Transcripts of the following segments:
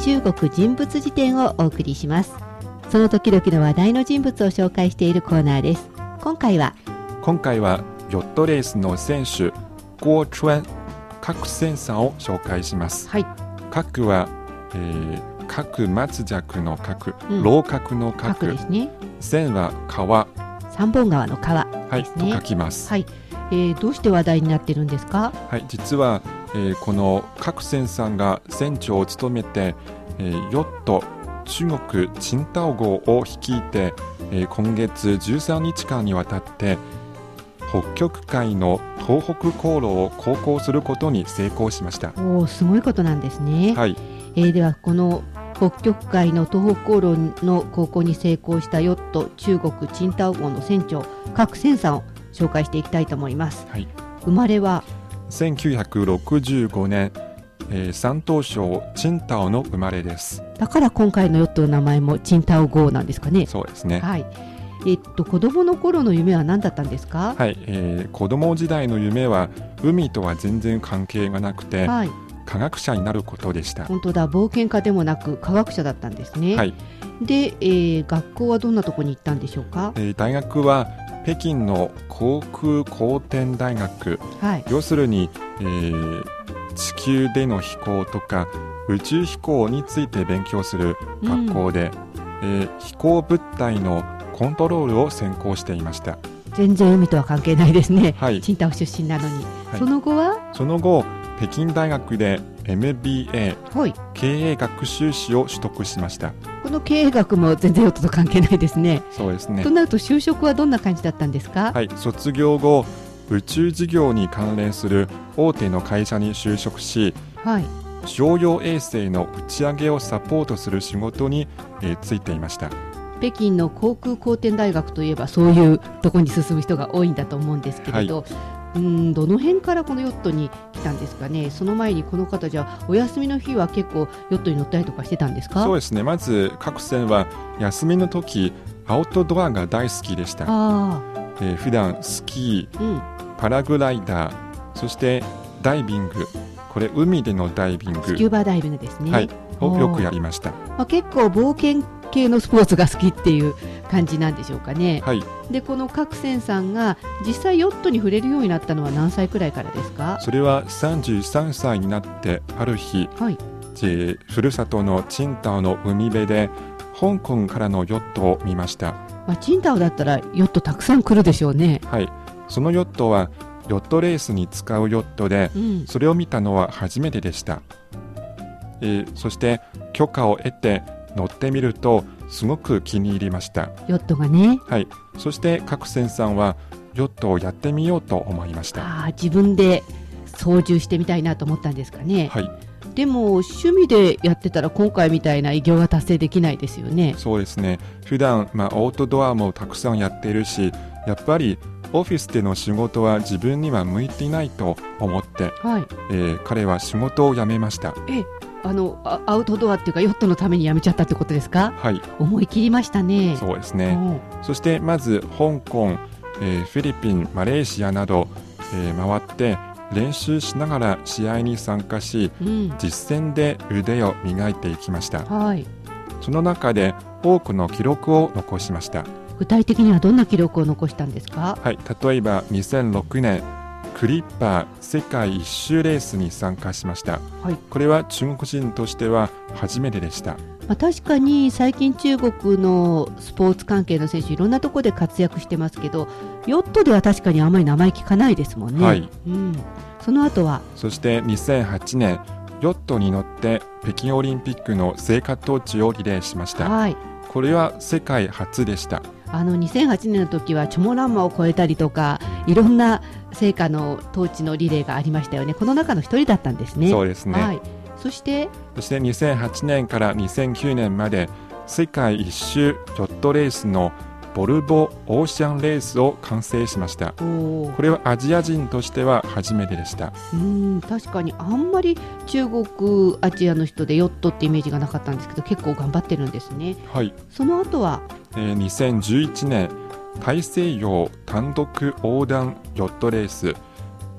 中国人物辞典をお送りします。その時々の話題の人物を紹介しているコーナーです。今回はヨットレースの選手郭春郭先さんを紹介します。 はい。 郭は、郭松尺の郭、楼閣の郭ですね。 線は川、 三本川の川ですね。 と書きます。 はい。どうして話題になってるんですか？ はい、実は、この郭先さんが船長を務めて、ヨット中国青島号を率いて、今月13日間にわたって北極海の東北航路を航行することに成功しました。 おー、すごいことなんですね。 はい。 ではこの北極海の東北航路の航行に成功したヨット中国青島号の船長郭先さんを紹介していきたいと思います。 はい。 生まれは 1965年、山東省青島の生まれです。 だから今回のヨットの名前も青島号なんですかね。 そうですね。 はい。子供の頃の夢は何だったんですか？ はい、子供時代の夢は海とは全然関係がなくて、 はい、 科学者になることでした。 本当だ、冒険家でもなく科学者だったんですね。 はい。 で、学校はどんなところに行ったんでしょうか？ 大学は北京の航空航天大学、 はい、 要するに、地球での飛行とか宇宙飛行について勉強する学校で、飛行物体のコントロールを専攻していました。 全然海とは関係ないですね。 はい、 青島出身なのに、 はい、 その後北京大学で MBA、 はい、 経営学修士を取得しました。 この経営学も全然ヨットと関係ないですね。 そうですね。 となると就職はどんな感じだったんですか？ はい、卒業後宇宙事業に関連する大手の会社に就職し、 はい、 商用衛星の打ち上げをサポートする仕事に、就いていました。 北京の航空航天大学といえばそういうところに進む人が多いんだと思うんですけれど、はい、どの辺からこのヨットに来たんですかね。その前にこの方じゃお休みの日は結構ヨットに乗ったりとかしてたんですか？ そうですね。まず郭先は休みの時アウトドアが大好きでした。普段スキー、パラグライダー、そしてダイビング、これ海でのダイビング、 スキューバダイビングですね。 はい、をよくやりました。 結構冒険系のスポーツが好きっていう感じなんでしょうかね。 はい。でこの郭先さんが実際ヨットに触れるようになったのは何歳くらいからですか？ それは33歳になってある日、 はい、 ふるさとの青島の海辺で香港からのヨットを見ました。 青島だったらヨットたくさん来るでしょうね。 はい。そのヨットはヨットレースに使うヨットで、それを見たのは初めてでした。そして許可を得て乗ってみるとすごく気に入りました。 ヨットがね。 はい。そして郭先さんはヨットをやってみようと思いました。 自分で操縦してみたいなと思ったんですかね。 はい。 でも趣味でやってたら今回みたいな偉業が達成できないですよね。 そうですね。普段、アウトドアもたくさんやっているし、やっぱりオフィスでの仕事は自分には向いていないと思って、 はい、 彼は仕事を辞めました。 アウトドアっていうかヨットのために辞めちゃったってことですか？ はい。 思い切りましたね。 そうですね。そしてまず香港、フィリピン、マレーシアなど、回って練習しながら試合に参加し、実戦で腕を磨いていきました。 はい。 その中で多くの記録を残しました。 具体的にはどんな記録を残したんですか？ はい。例えば2006年クリッパー世界一周レースに参加しました。はい、これは中国人としては初めてでした。 確かに最近中国のスポーツ関係の選手いろんなところで活躍してますけど、ヨットでは確かにあまり名前聞かないですもんね。 はい。 その後はそして2008年ヨットに乗って北京オリンピックの聖火トーチをリレーしました。 はい。 これは世界初でした。 2008年の時はチョモランマを超えたりとかいろんな聖火のトーチのリレーがありましたよね。この中の一人だったんですね。 そうですね。 はい。そして 2008年から2009年まで世界一周ヨットレースのボルボオーシャンレースを完成しました。これはアジア人としては初めてでした。 確かにあんまり中国アジアの人でヨットってイメージがなかったんですけど結構頑張ってるんですね。 はい。 その後は、 2011年大西洋単独横断ヨットレース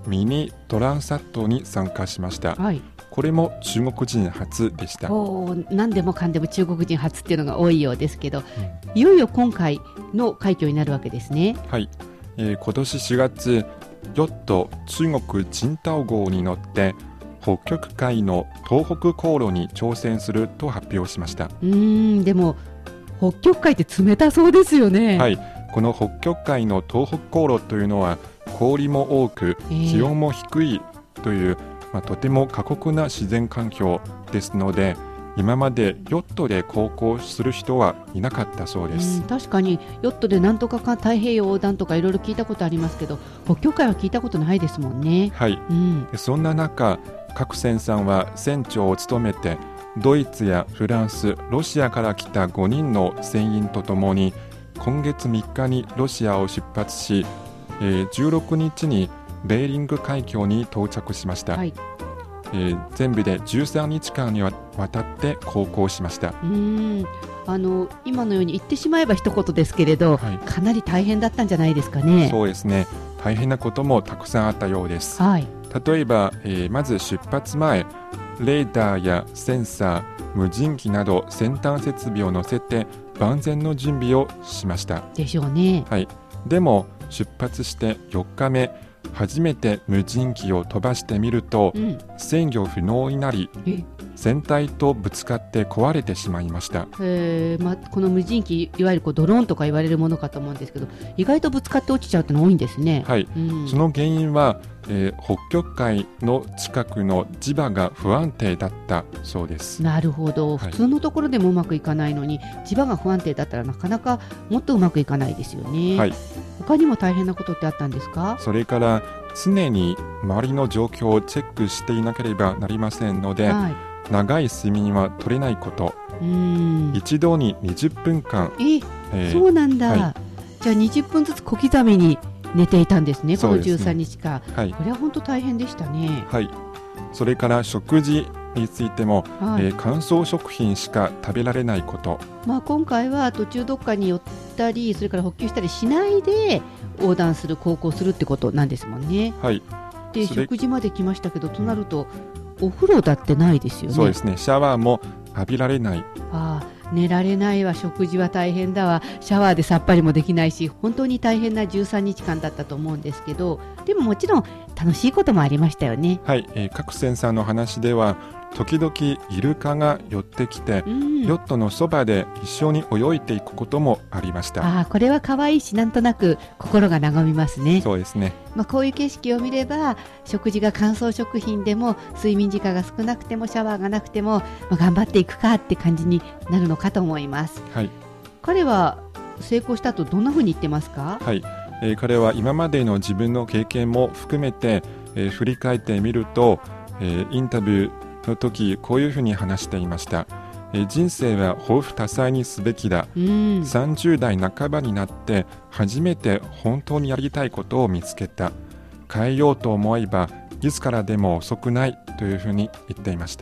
ミニトランサットに参加しました。 はい、 これも中国人初でした。 何でもかんでも中国人初っていうのが多いようですけど、いよいよ今回の快挙になるわけですね。 はい、今年4月、ヨット中国青島号に乗って北極海の東北航路に挑戦すると発表しました。 でも北極海って冷たそうですよね。 はい、この北極海の東北航路というのは氷も多く気温も低いという、とても過酷な自然環境ですので、今までヨットで航行する人はいなかったそうです。 確かにヨットでなんとか太平洋横断とかいろいろ聞いたことありますけど、北極海は聞いたことないですもんね。 はい、そんな中、郭先さんは船長を務めて、ドイツやフランス、ロシアから来た5人の船員とともに今月3日にロシアを出発し、16日にベーリング海峡に到着しました。はい、全部で13日間にわたって航行しました。 今のように言ってしまえば一言ですけれど、かなり大変だったんじゃないですかね。 そうですね、大変なこともたくさんあったようです。例えば、まず出発前、レーダーやセンサー、無人機など先端設備を載せて万全の準備をしました。 でしょうね。 でも出発して4日目、初めて無人機を飛ばしてみると、制御不能になり、船体とぶつかって壊れてしまいました。 この無人機、いわゆるドローンとか言われるものかと思うんですけど、意外とぶつかって落ちちゃうっての多いんですね。 その原因は、北極海の近くの磁場が不安定だったそうです。 なるほど、普通のところでもうまくいかないのに、磁場が不安定だったらなかなかもっとうまくいかないですよね。他にも大変なことってあったんですか？ それから常に周りの状況をチェックしていなければなりませんので、長い睡眠は取れないこと、一度に20分間。 そうなんだ。じゃあ20分ずつ小刻みに寝ていたんですね、この13日間。これは本当大変でしたね。 それから食事についても、乾燥食品しか食べられないこと。 今回は途中どっかに寄ったり、それから補給したりしないで横断する、航行するってことなんですもんね。で食事まで来ましたけど、となるとお風呂だってないですよね。 そうですね、シャワーも浴びられない。 寝られないわ、食事は大変だわ、シャワーでさっぱりもできないし、本当に大変な13日間だったと思うんですけど、でももちろん楽しいこともありましたよね。 郭先さんの話では、時々イルカが寄ってきて、ヨットのそばで一緒に泳いでいくこともありました。 これは可愛いし、なんとなく心が和みますね。 そうですね。 こういう景色を見れば、食事が乾燥食品でも睡眠時間が少なくてもシャワーがなくても、頑張っていくかって感じになるのかと思います。彼は成功した後どんなふうに言ってますか？ 彼は今までの自分の経験も含めて、振り返ってみると、インタビューの時こういうふうに話していました。人生は豊富多彩にすべきだ。30代半ばになって初めて本当にやりたいことを見つけた。変えようと思えばいつからでも遅くないというふうに言っていました。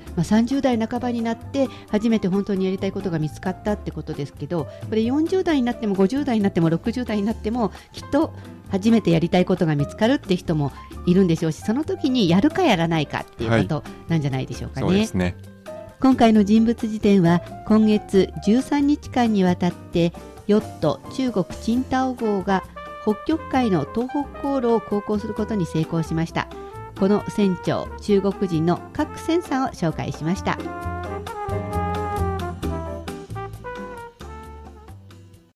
30代半ばになって初めて本当にやりたいことが見つかったってことですけど、これ40代になっても50代になっても60代になってもきっと初めてやりたいことが見つかるって人もいるんでしょうし、その時にやるかやらないかっていうことなんじゃないでしょうかね。 そうですね。 今回の人物辞典は今月13日間にわたってヨット中国青島号が北極海の東北航路を航行することに成功しました。この船長、中国人の郭先さんを紹介しました。